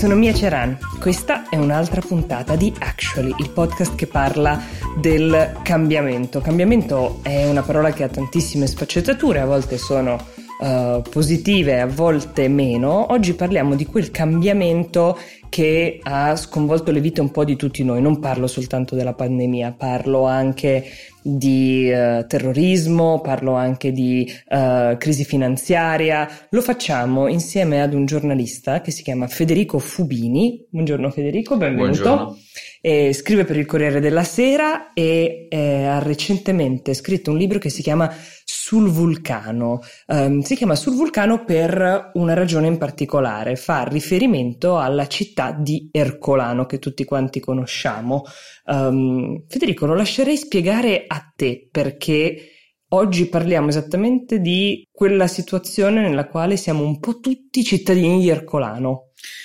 sono Mia Ceran. Questa è un'altra puntata di Actually, il podcast che parla del cambiamento. Cambiamento è una parola che ha tantissime sfaccettature, a volte sono positive, a volte meno. Oggi parliamo di quel cambiamento che ha sconvolto le vite un po' di tutti noi. Non parlo soltanto della pandemia, parlo anche di terrorismo, parlo anche di crisi finanziaria. Lo facciamo insieme ad un giornalista che si chiama Federico Fubini. Buongiorno Federico, benvenuto. Buongiorno. Scrive per il Corriere della Sera e ha recentemente scritto un libro che si chiama Sul vulcano. Si chiama Sul vulcano per una ragione in particolare: fa riferimento alla città di Ercolano che tutti quanti conosciamo. Federico, lo lascerei spiegare a te, perché oggi parliamo esattamente di quella situazione nella quale siamo un po' tutti cittadini di Ercolano.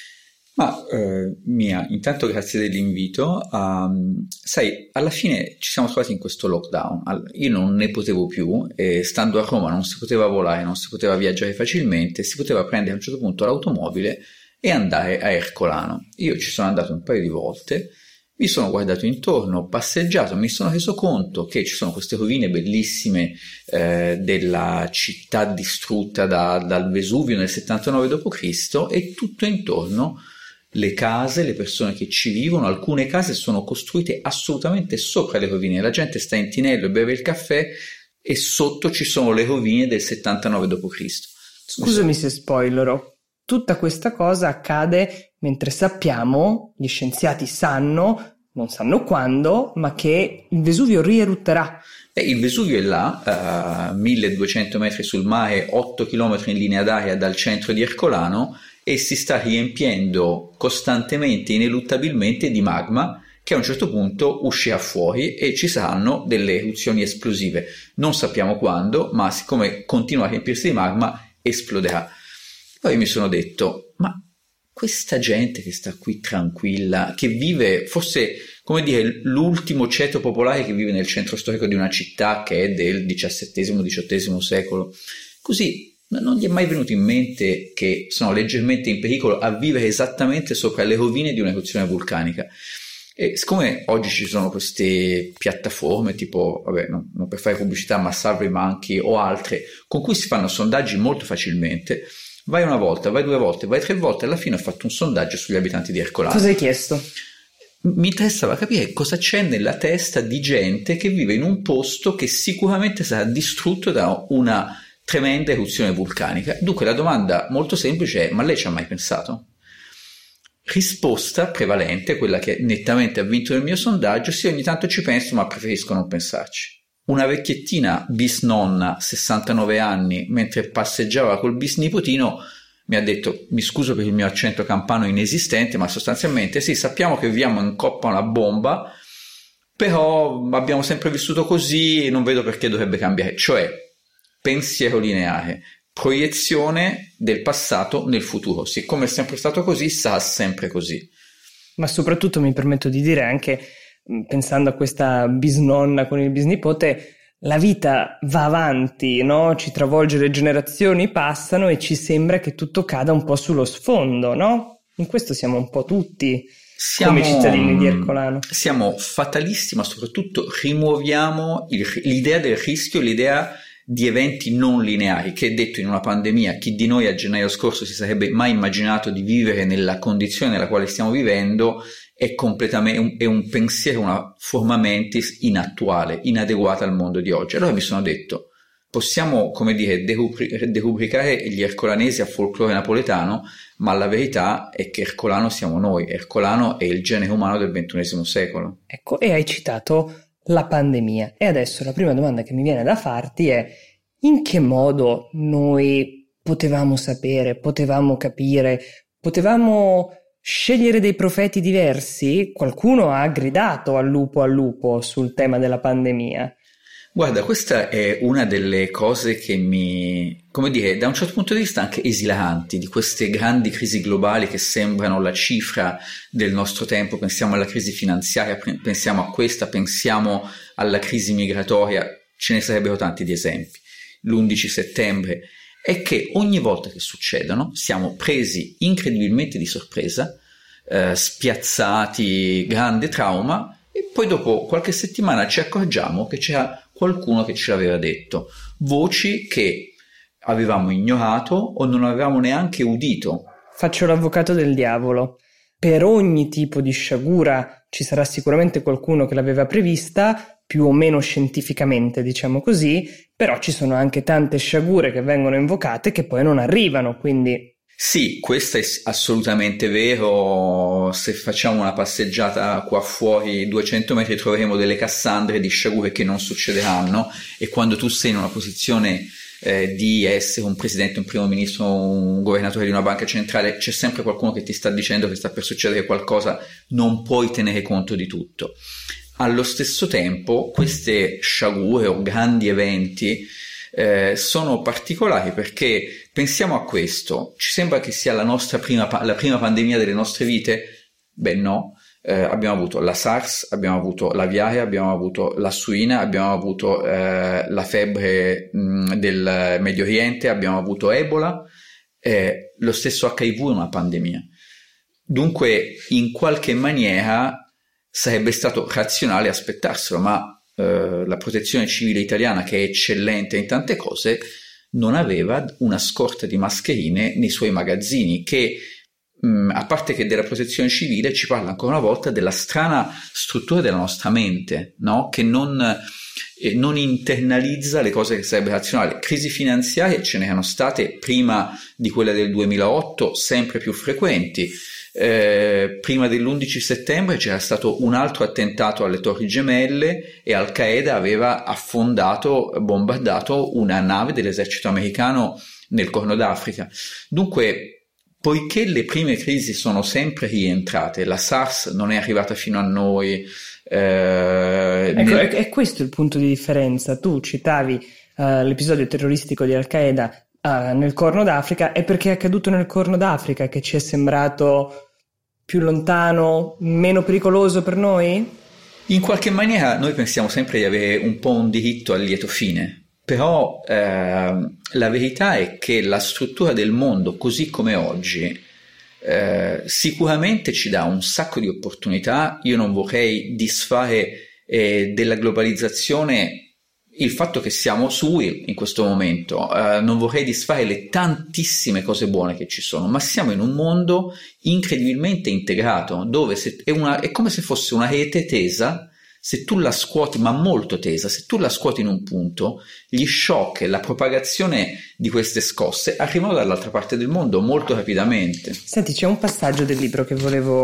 Mia, intanto grazie dell'invito. Sai, alla fine ci siamo trovati in questo lockdown. Io non ne potevo più, e stando a Roma non si poteva volare, non si poteva viaggiare facilmente, si poteva prendere a un certo punto l'automobile e andare a Ercolano. Io ci sono andato un paio di volte, mi sono guardato intorno, ho passeggiato, mi sono reso conto che ci sono queste rovine bellissime della città distrutta dal Vesuvio nel 79 d.C. e tutto intorno le case, le persone che ci vivono. Alcune case sono costruite assolutamente sopra le rovine, la gente sta in tinello e beve il caffè e sotto ci sono le rovine del 79 d.C. Scusami se spoilerò. Tutta questa cosa accade mentre sappiamo, gli scienziati sanno, non sanno quando, ma che il Vesuvio rierutterà. Il Vesuvio è là, 1200 metri sul mare, 8 km in linea d'aria dal centro di Ercolano, e si sta riempiendo costantemente, ineluttabilmente di magma, che a un certo punto uscirà fuori e ci saranno delle eruzioni esplosive. Non sappiamo quando, ma siccome continua a riempirsi di magma, esploderà. Poi mi sono detto, ma questa gente che sta qui tranquilla, che vive forse, come dire, l'ultimo ceto popolare che vive nel centro storico di una città che è del XVII-XVIII secolo, così non gli è mai venuto in mente che sono leggermente in pericolo a vivere esattamente sopra le rovine di un'eruzione vulcanica. E siccome oggi ci sono queste piattaforme tipo, non per fare pubblicità, ma SurveyMonkey o altre, con cui si fanno sondaggi molto facilmente, vai una volta, vai due volte, vai tre volte, alla fine ho fatto un sondaggio sugli abitanti di Ercolano. Cosa hai chiesto? Mi interessava capire cosa c'è nella testa di gente che vive in un posto che sicuramente sarà distrutto da una tremenda eruzione vulcanica. Dunque la domanda molto semplice è: ma lei ci ha mai pensato? Risposta prevalente, quella che nettamente ha vinto nel mio sondaggio: sì, ogni tanto ci penso, ma preferisco non pensarci. Una vecchiettina bisnonna, 69 anni, mentre passeggiava col bisnipotino, mi ha detto: mi scuso per il mio accento campano inesistente, ma sostanzialmente sì, sappiamo che viviamo in coppa a una bomba, però abbiamo sempre vissuto così e non vedo perché dovrebbe cambiare. Cioè, pensiero lineare, proiezione del passato nel futuro. Siccome è sempre stato così, sarà sempre così. Ma soprattutto mi permetto di dire, anche pensando a questa bisnonna con il bisnipote, la vita va avanti, no? Ci travolge, le generazioni passano e ci sembra che tutto cada un po' sullo sfondo, no? In questo siamo un po' tutti come cittadini di Ercolano. Siamo fatalisti, ma soprattutto rimuoviamo l'idea del rischio, l'idea di eventi non lineari, che detto in una pandemia, chi di noi a gennaio scorso si sarebbe mai immaginato di vivere nella condizione nella quale stiamo vivendo, è completamente un pensiero, una forma mentis inattuale, inadeguata al mondo di oggi. Allora mi sono detto, possiamo, come dire, derubricare gli ercolanesi a folklore napoletano, ma la verità è che Ercolano siamo noi, Ercolano è il genere umano del XXI secolo. Ecco, e hai citato la pandemia. E adesso la prima domanda che mi viene da farti è: in che modo noi potevamo sapere, potevamo capire, potevamo scegliere dei profeti diversi? Qualcuno ha gridato al lupo sul tema della pandemia. Guarda, questa è una delle cose che come dire, da un certo punto di vista anche esilaranti, di queste grandi crisi globali che sembrano la cifra del nostro tempo. Pensiamo alla crisi finanziaria, pensiamo a questa, pensiamo alla crisi migratoria, ce ne sarebbero tanti di esempi. L'11 settembre, è che ogni volta che succedono siamo presi incredibilmente di sorpresa spiazzati, grande trauma, e poi dopo qualche settimana ci accorgiamo che c'era qualcuno che ce l'aveva detto, voci che avevamo ignorato o non avevamo neanche udito. Faccio l'avvocato del diavolo. Per ogni tipo di sciagura ci sarà sicuramente qualcuno che l'aveva prevista, più o meno scientificamente, diciamo così, però ci sono anche tante sciagure che vengono invocate che poi non arrivano, quindi... Sì, questo è assolutamente vero. Se facciamo una passeggiata qua fuori 200 metri troveremo delle cassandre di sciagure che non succederanno, e quando tu sei in una posizione di essere un presidente, un primo ministro, un governatore di una banca centrale, c'è sempre qualcuno che ti sta dicendo che sta per succedere qualcosa, non puoi tenere conto di tutto. Allo stesso tempo queste sciagure o grandi eventi sono particolari, perché pensiamo a questo: ci sembra che sia la prima pandemia delle nostre vite? Beh no, abbiamo avuto la SARS, abbiamo avuto l'aviaria, abbiamo avuto la suina, abbiamo avuto la febbre del Medio Oriente, abbiamo avuto Ebola, lo stesso HIV è una pandemia. Dunque in qualche maniera sarebbe stato razionale aspettarselo, ma la protezione civile italiana, che è eccellente in tante cose, non aveva una scorta di mascherine nei suoi magazzini, che a parte che della protezione civile ci parla ancora una volta della strana struttura della nostra mente, no? Che non internalizza le cose che sarebbe razionale. Crisi finanziarie ce n'erano state prima di quella del 2008, sempre più frequenti. Prima dell'11 settembre c'era stato un altro attentato alle Torri Gemelle e Al-Qaeda aveva bombardato una nave dell'esercito americano nel Corno d'Africa. Dunque, poiché le prime crisi sono sempre rientrate, la SARS non è arrivata fino a noi. È questo il punto di differenza. Tu citavi l'episodio terroristico di Al-Qaeda nel Corno d'Africa, è perché è accaduto nel Corno d'Africa che ci è sembrato più lontano, meno pericoloso per noi? In qualche maniera noi pensiamo sempre di avere un po' un diritto al lieto fine, però la verità è che la struttura del mondo così come oggi sicuramente ci dà un sacco di opportunità. Io non vorrei disfare della globalizzazione il fatto che siamo su Will in questo momento, non vorrei disfare le tantissime cose buone che ci sono, ma siamo in un mondo incredibilmente integrato, dove è come se fosse una rete tesa. Se tu la scuoti, ma molto tesa, se tu la scuoti in un punto, gli shock e la propagazione di queste scosse arrivano dall'altra parte del mondo molto rapidamente. Senti, c'è un passaggio del libro che di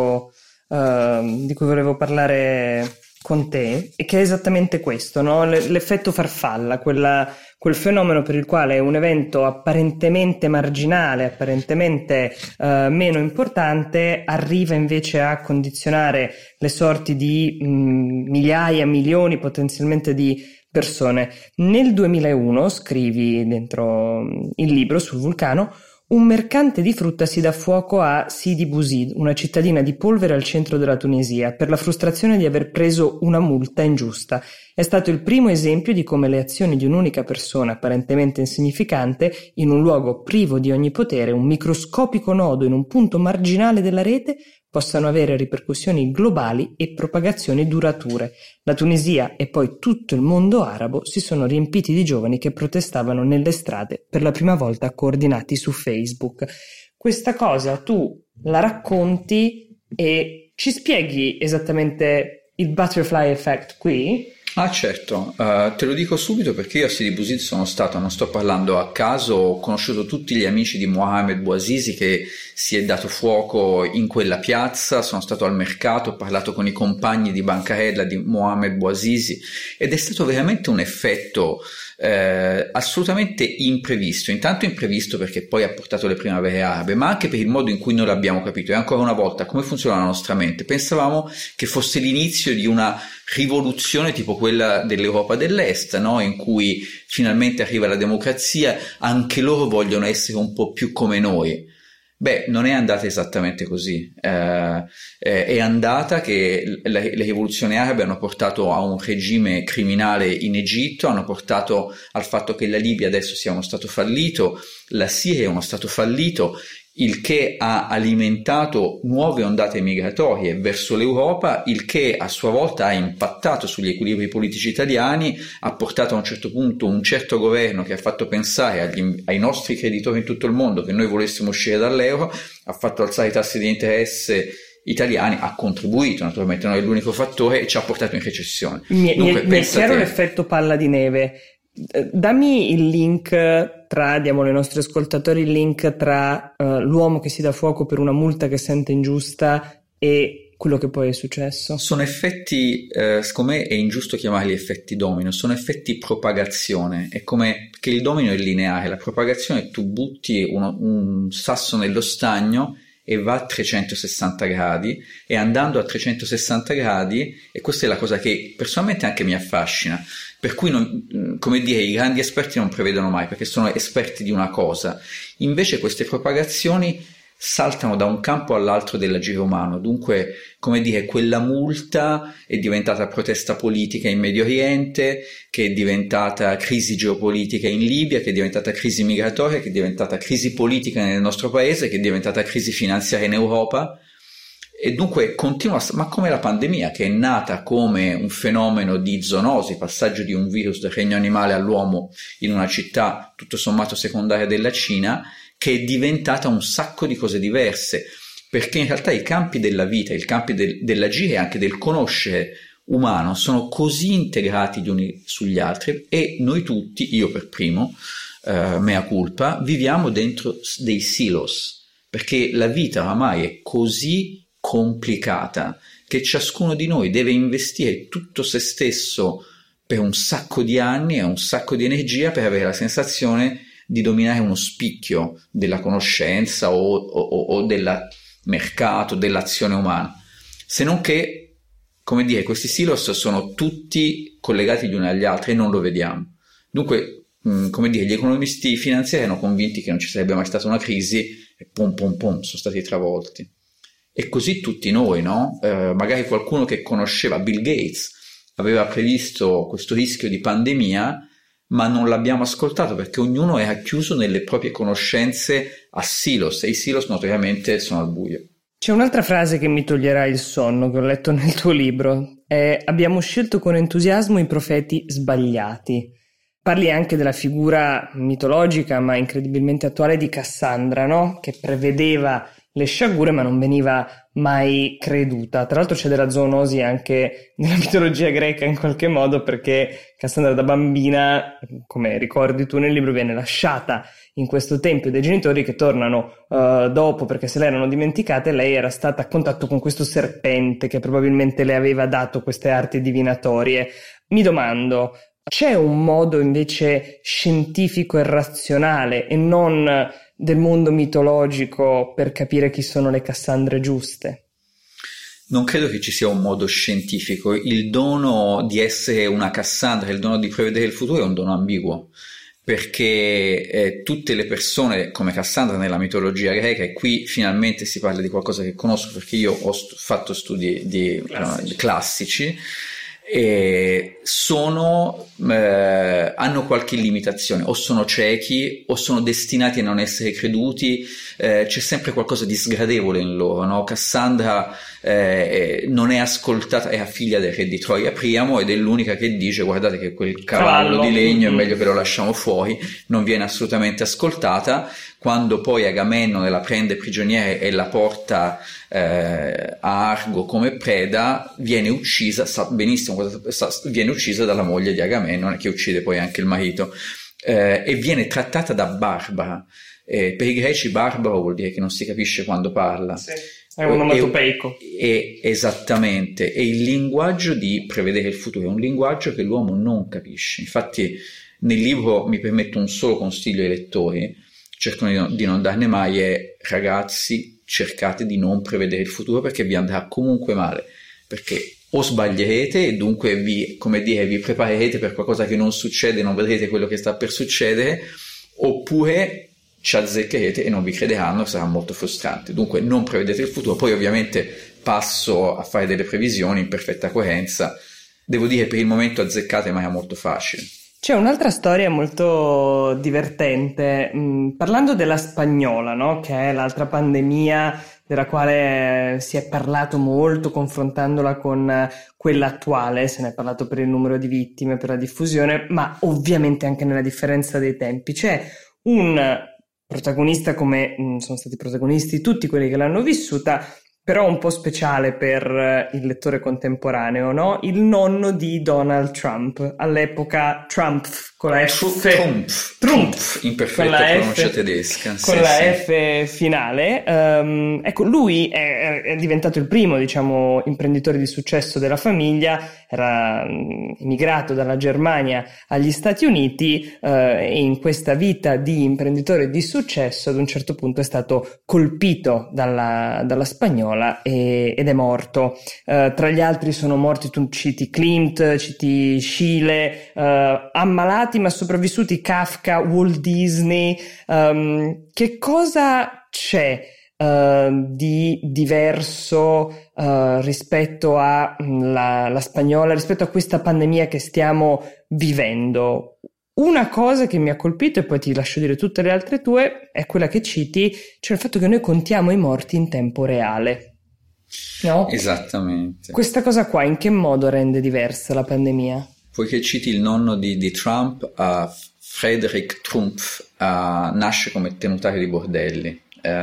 cui volevo parlare con te, e che è esattamente questo, no? L'effetto farfalla, quel fenomeno per il quale un evento apparentemente marginale, apparentemente meno importante, arriva invece a condizionare le sorti di migliaia, milioni potenzialmente di persone. Nel 2001 scrivi dentro il libro sul vulcano: un mercante di frutta si dà fuoco a Sidi Bouzid, una cittadina di polvere al centro della Tunisia, per la frustrazione di aver preso una multa ingiusta. È stato il primo esempio di come le azioni di un'unica persona apparentemente insignificante, in un luogo privo di ogni potere, un microscopico nodo in un punto marginale della rete, possano avere ripercussioni globali e propagazioni durature. La Tunisia e poi tutto il mondo arabo si sono riempiti di giovani che protestavano nelle strade, per la prima volta coordinati su Facebook. Questa cosa tu la racconti e ci spieghi esattamente il butterfly effect qui? Ah certo, te lo dico subito perché io a Sidi Bouzid sono stato, non sto parlando a caso, ho conosciuto tutti gli amici di Mohamed Bouazizi che si è dato fuoco in quella piazza, sono stato al mercato, ho parlato con i compagni di bancarella di Mohamed Bouazizi ed è stato veramente un effetto assolutamente imprevisto. Intanto imprevisto perché poi ha portato le primavere arabe, ma anche per il modo in cui noi l'abbiamo capito. E ancora una volta, come funziona la nostra mente? Pensavamo che fosse l'inizio di una rivoluzione tipo quella dell'Europa dell'Est, no? In cui finalmente arriva la democrazia, anche loro vogliono essere un po' più come noi. Beh, non è andata esattamente così, è andata che le rivoluzioni arabe hanno portato a un regime criminale in Egitto, hanno portato al fatto che la Libia adesso sia uno stato fallito, la Siria è uno stato fallito, il che ha alimentato nuove ondate migratorie verso l'Europa, il che a sua volta ha impattato sugli equilibri politici italiani, ha portato a un certo punto un certo governo che ha fatto pensare ai nostri creditori in tutto il mondo che noi volessimo uscire dall'euro, ha fatto alzare i tassi di interesse italiani, ha contribuito, naturalmente non è l'unico fattore, e ci ha portato in recessione. Mi è chiaro l'effetto palla di neve. Dammi il link diamo ai nostri ascoltatori il link tra l'uomo che si dà fuoco per una multa che sente ingiusta e quello che poi è successo. Sono effetti, secondo me è ingiusto chiamarli effetti domino, sono effetti propagazione, è come che il domino è lineare, la propagazione tu butti un sasso nello stagno e va a 360 gradi, e andando a 360 gradi, e questa è la cosa che personalmente anche mi affascina, per cui i grandi esperti non prevedono mai, perché sono esperti di una cosa, invece queste propagazioni saltano da un campo all'altro dell'agire umano, dunque quella multa è diventata protesta politica in Medio Oriente, che è diventata crisi geopolitica in Libia, che è diventata crisi migratoria, che è diventata crisi politica nel nostro paese, che è diventata crisi finanziaria in Europa, e dunque continua, ma come la pandemia, che è nata come un fenomeno di zoonosi, passaggio di un virus dal regno animale all'uomo in una città tutto sommato secondaria della Cina, che è diventata un sacco di cose diverse, perché in realtà i campi della vita, i campi dell'agire e anche del conoscere umano sono così integrati gli uni sugli altri, e noi tutti, io per primo, mea culpa, viviamo dentro dei silos, perché la vita oramai è così complicata che ciascuno di noi deve investire tutto se stesso per un sacco di anni e un sacco di energia per avere la sensazione di dominare uno spicchio della conoscenza o del mercato, dell'azione umana, se non che, questi silos sono tutti collegati gli uni agli altri e non lo vediamo. Dunque, gli economisti finanziari erano convinti che non ci sarebbe mai stata una crisi e sono stati travolti. E così tutti noi, no? Magari qualcuno che conosceva Bill Gates aveva previsto questo rischio di pandemia, ma non l'abbiamo ascoltato perché ognuno era chiuso nelle proprie conoscenze a silos, e i silos notoriamente sono al buio. C'è un'altra frase che mi toglierà il sonno, che ho letto nel tuo libro. Abbiamo scelto con entusiasmo i profeti sbagliati. Parli anche della figura mitologica ma incredibilmente attuale di Cassandra, no? Che prevedeva le sciagure ma non veniva mai creduta. Tra l'altro c'è della zoonosi anche nella mitologia greca in qualche modo, perché Cassandra da bambina, come ricordi tu nel libro, viene lasciata in questo tempio dai genitori che tornano dopo perché se l'erano dimenticate, e lei era stata a contatto con questo serpente che probabilmente le aveva dato queste arti divinatorie. Mi domando, c'è un modo invece scientifico e razionale e non del mondo mitologico per capire chi sono le Cassandre giuste? Non credo che ci sia un modo scientifico. Il dono di essere una Cassandra, il dono di prevedere il futuro è un dono ambiguo, perché tutte le persone come Cassandra nella mitologia greca, e qui finalmente si parla di qualcosa che conosco perché io ho fatto studi classici, hanno qualche limitazione, o sono ciechi o sono destinati a non essere creduti, c'è sempre qualcosa di sgradevole in loro, no? Cassandra non è ascoltata, è figlia del re di Troia Priamo ed è l'unica che dice guardate che quel cavallo di legno è meglio che lo lasciamo fuori, non viene assolutamente ascoltata. Quando poi Agamennone la prende prigioniera e la porta a Argo come preda, viene uccisa, sa benissimo viene uccisa dalla moglie di Agamennone, che uccide poi anche il marito, e viene trattata da barbara. Per i greci barbaro vuol dire che non si capisce quando parla. Sì, è un onomatopeico. Esattamente, e il linguaggio di prevedere il futuro è un linguaggio che l'uomo non capisce. Infatti nel libro mi permetto un solo consiglio ai lettori, cercano di non darne mai, è: ragazzi, cercate di non prevedere il futuro perché vi andrà comunque male, perché o sbaglierete e dunque vi preparerete per qualcosa che non succede, non vedrete quello che sta per succedere, oppure ci azzeccherete e non vi crederanno, sarà molto frustrante. Dunque non prevedete il futuro. Poi ovviamente passo a fare delle previsioni in perfetta coerenza. Devo dire per il momento azzeccate, ma è molto facile. C'è un'altra storia molto divertente, parlando della spagnola, no? Che è l'altra pandemia della quale si è parlato molto, confrontandola con quella attuale. Se ne è parlato per il numero di vittime, per la diffusione, ma ovviamente anche nella differenza dei tempi. C'è un protagonista, come sono stati protagonisti tutti quelli che l'hanno vissuta, però un po' speciale per il lettore contemporaneo, no? Il nonno di Donald Trump, all'epoca Trump con la F, Trump in perfetta pronuncia tedesca, con la F finale. Ecco, lui è diventato il primo, diciamo, imprenditore di successo della famiglia. Era emigrato dalla Germania agli Stati Uniti, e in questa vita di imprenditore di successo ad un certo punto è stato colpito dalla spagnola ed è morto. Tra gli altri sono morti, tu citi Klimt, citi Schiele, ammalati ma sopravvissuti Kafka, Walt Disney. Che cosa c'è di diverso rispetto alla spagnola, rispetto a questa pandemia che stiamo vivendo? Una cosa che mi ha colpito, e poi ti lascio dire tutte le altre tue, è quella che citi, cioè il fatto che noi contiamo i morti in tempo reale. No? Esattamente. Questa cosa qua in che modo rende diversa la pandemia? Poiché citi il nonno di Trump, Frederick Trump nasce come tenutario di bordelli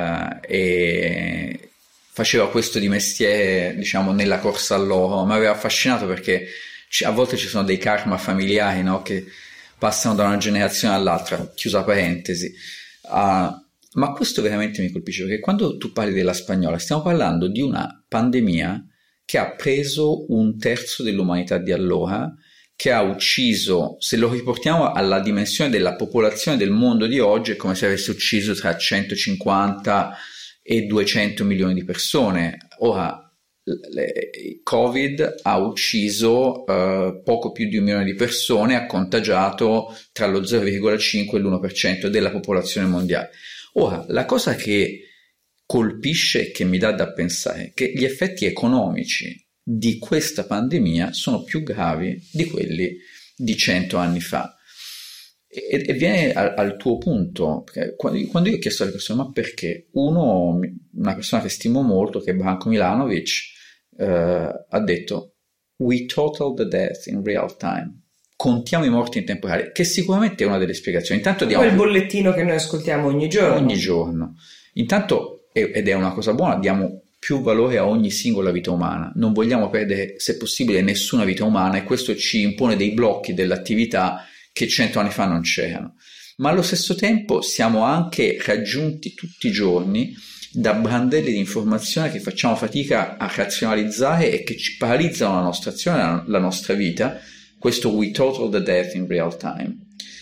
e faceva questo di mestiere, diciamo, nella corsa all'oro. Mi aveva affascinato perché a volte ci sono dei karma familiari, no? Che passano da una generazione all'altra, chiusa parentesi. Ma questo veramente mi colpisce, perché quando tu parli della spagnola stiamo parlando di una pandemia che ha preso 1/3 dell'umanità di allora, che ha ucciso, se lo riportiamo alla dimensione della popolazione del mondo di oggi, è come se avesse ucciso tra 150 e 200 milioni di persone. Ora, Covid ha ucciso poco più di 1 milione di persone, ha contagiato tra lo 0,5 e l'1% della popolazione mondiale. Ora, la cosa che colpisce e che mi dà da pensare è che gli effetti economici di questa pandemia sono più gravi di quelli di 100 anni fa. E viene al tuo punto, perché quando io ho chiesto alle persone ma perché, una persona che stimo molto, che è Branko Milanovic, ha detto we total the death in real time, contiamo i morti in tempo reale, che sicuramente è una delle spiegazioni. Intanto diamo quel bollettino che noi ascoltiamo ogni giorno. Intanto, ed è una cosa buona, diamo più valore a ogni singola vita umana, non vogliamo perdere, se possibile, nessuna vita umana, e questo ci impone dei blocchi dell'attività che 100 anni fa non c'erano. Ma allo stesso tempo siamo anche raggiunti tutti i giorni da brandelli di informazione che facciamo fatica a razionalizzare e che ci paralizzano la nostra azione, la nostra vita. Questo we total the death in real time,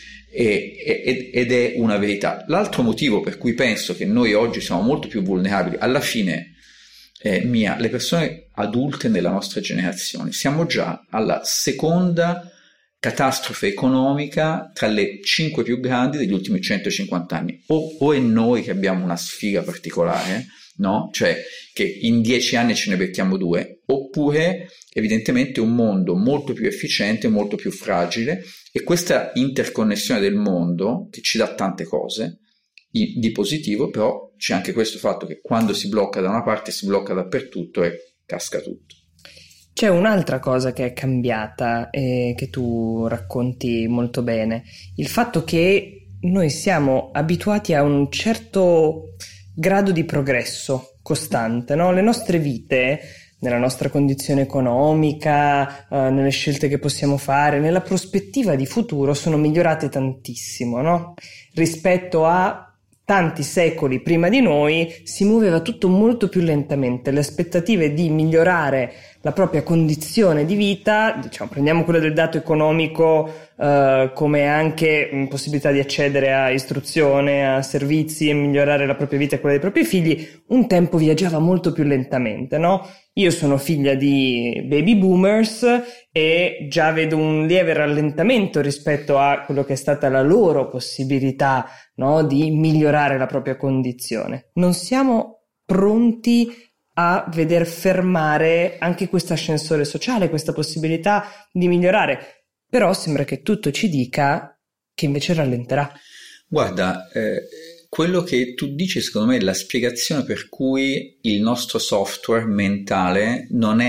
ed è una verità. L'altro motivo per cui penso che noi oggi siamo molto più vulnerabili, alla fine le persone adulte nella nostra generazione, siamo già alla seconda catastrofe economica tra le 5 più grandi degli ultimi 150 anni. O è noi che abbiamo una sfiga particolare, no? Cioè che in 10 anni ce ne becchiamo 2, oppure evidentemente un mondo molto più efficiente, molto più fragile, e questa interconnessione del mondo che ci dà tante cose di positivo, però c'è anche questo fatto che quando si blocca da una parte si blocca dappertutto e casca tutto. C'è un'altra cosa che è cambiata e che tu racconti molto bene, il fatto che noi siamo abituati a un certo grado di progresso costante, no? Le nostre vite, nella nostra condizione economica, nelle scelte che possiamo fare, nella prospettiva di futuro sono migliorate tantissimo, no? Rispetto a tanti secoli prima di noi si muoveva tutto molto più lentamente, le aspettative di migliorare la propria condizione di vita, diciamo, prendiamo quello del dato economico come anche possibilità di accedere a istruzione, a servizi e migliorare la propria vita e quella dei propri figli, un tempo viaggiava molto più lentamente, no? Io sono figlia di baby boomers e già vedo un lieve rallentamento rispetto a quello che è stata la loro possibilità, no, di migliorare la propria condizione. Non siamo pronti a veder fermare anche questo ascensore sociale, questa possibilità di migliorare. però sembra che tutto ci dica che invece rallenterà. Guarda, quello che tu dici secondo me è la spiegazione per cui il nostro software mentale non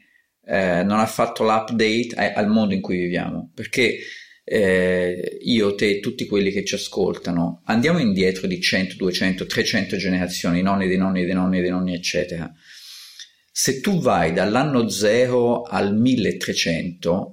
ha fatto l'update al mondo in cui viviamo, perché io, te, tutti quelli che ci ascoltano, andiamo indietro di 100, 200, 300 generazioni, nonni dei nonni dei nonni dei nonni, eccetera. Se tu vai dall'anno 0 al 1300,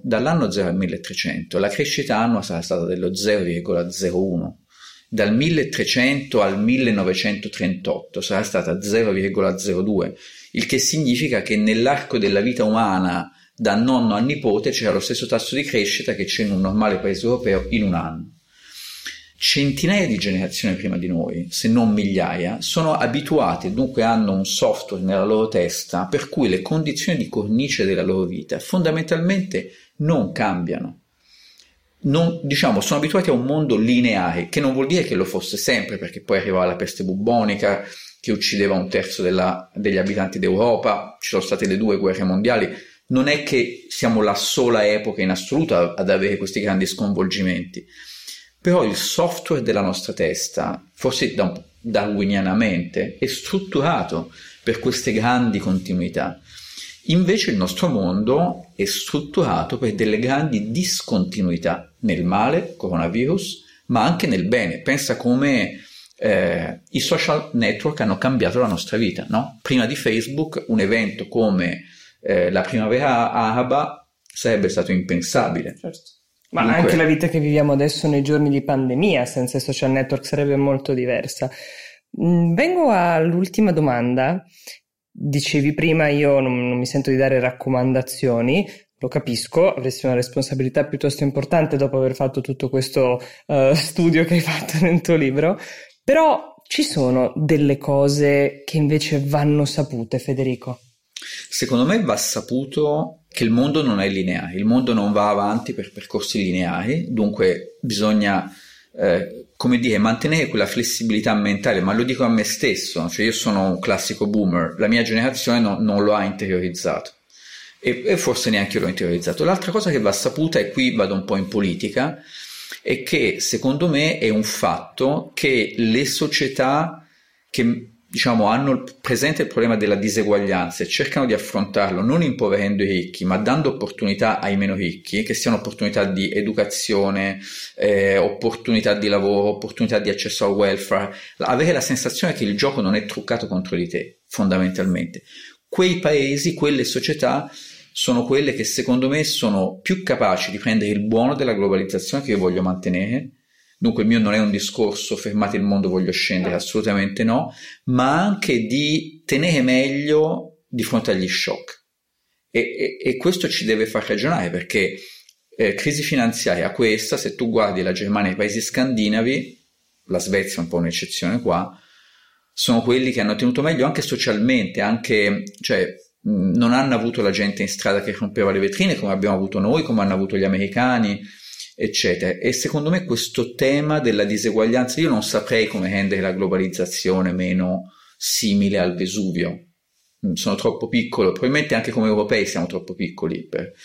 la crescita annua sarà stata dello 0,01. Dal 1300 al 1938 sarà stata 0,02, il che significa che nell'arco della vita umana da nonno a nipote c'era lo stesso tasso di crescita che c'è in un normale paese europeo in un anno. Centinaia di generazioni prima di noi, se non migliaia, sono abituati e dunque hanno un software nella loro testa per cui le condizioni di cornice della loro vita fondamentalmente non cambiano. Sono abituati a un mondo lineare, che non vuol dire che lo fosse sempre, perché poi arrivava la peste bubbonica che uccideva un terzo degli abitanti d'Europa, ci sono state le 2 guerre mondiali. Non è che siamo la sola epoca in assoluto ad avere questi grandi sconvolgimenti, però il software della nostra testa, forse darwinianamente, è strutturato per queste grandi continuità. Invece il nostro mondo è strutturato per delle grandi discontinuità, nel male, coronavirus, ma anche nel bene. Pensa come i social network hanno cambiato la nostra vita, no? Prima di Facebook un evento come la primavera araba sarebbe stato impensabile. Certo. Ma dunque, anche la vita che viviamo adesso nei giorni di pandemia senza i social network sarebbe molto diversa. Vengo all'ultima domanda. Dicevi prima, io non mi sento di dare raccomandazioni, lo capisco, avresti una responsabilità piuttosto importante dopo aver fatto tutto questo studio che hai fatto nel tuo libro, però ci sono delle cose che invece vanno sapute, Federico? Secondo me va saputo che il mondo non è lineare, il mondo non va avanti per percorsi lineari, dunque bisogna mantenere quella flessibilità mentale, ma lo dico a me stesso, cioè io sono un classico boomer, la mia generazione non lo ha interiorizzato e forse neanche io l'ho interiorizzato. L'altra cosa che va saputa, e qui vado un po' in politica, è che secondo me è un fatto che le società che hanno presente il problema della diseguaglianza e cercano di affrontarlo non impoverendo i ricchi ma dando opportunità ai meno ricchi, che siano opportunità di educazione, opportunità di lavoro, opportunità di accesso al welfare, avere la sensazione che il gioco non è truccato contro di te, fondamentalmente. Quei paesi, quelle società sono quelle che secondo me sono più capaci di prendere il buono della globalizzazione che io voglio mantenere. Dunque il mio non è un discorso fermate il mondo, voglio scendere, assolutamente no, ma anche di tenere meglio di fronte agli shock. E questo ci deve far ragionare, perché crisi finanziaria questa, se tu guardi la Germania e i paesi scandinavi, la Svezia è un po' un'eccezione qua, sono quelli che hanno tenuto meglio anche socialmente, non hanno avuto la gente in strada che rompeva le vetrine come abbiamo avuto noi, come hanno avuto gli americani, eccetera. E secondo me questo tema della diseguaglianza, io non saprei come rendere la globalizzazione meno simile al Vesuvio, sono troppo piccolo, probabilmente anche come europei siamo troppo piccoli,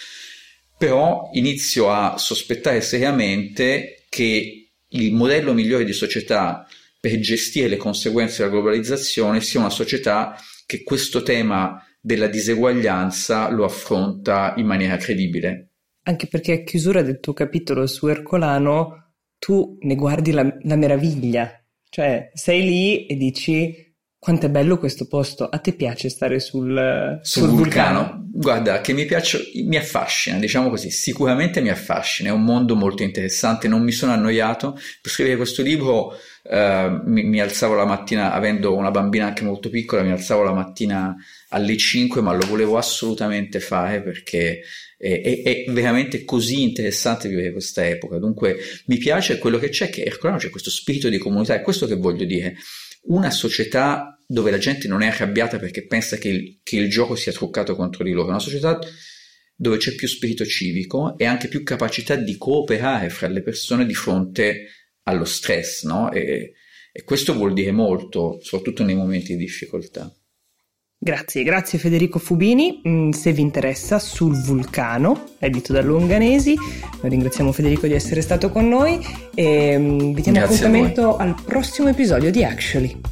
però inizio a sospettare seriamente che il modello migliore di società per gestire le conseguenze della globalizzazione sia una società che questo tema della diseguaglianza lo affronta in maniera credibile. Anche perché a chiusura del tuo capitolo su Ercolano tu ne guardi la meraviglia, cioè sei lì e dici quanto è bello questo posto. A te piace stare sul vulcano? Guarda, che mi affascina, diciamo così, sicuramente mi affascina, è un mondo molto interessante, non mi sono annoiato. Per scrivere questo libro mi alzavo la mattina, avendo una bambina anche molto piccola, mi alzavo la mattina alle 5, ma lo volevo assolutamente fare perché è veramente così interessante vivere questa epoca. Dunque mi piace quello che c'è, che Ercolano c'è questo spirito di comunità, è questo che voglio dire. Una società dove la gente non è arrabbiata perché pensa che il gioco sia truccato contro di loro, una società dove c'è più spirito civico e anche più capacità di cooperare fra le persone di fronte allo stress, no? E questo vuol dire molto, soprattutto nei momenti di difficoltà. Grazie Federico Fubini. Se vi interessa, Sul vulcano, edito da Longanesi. Noi ringraziamo Federico di essere stato con noi e vi diamo appuntamento al prossimo episodio di Actually.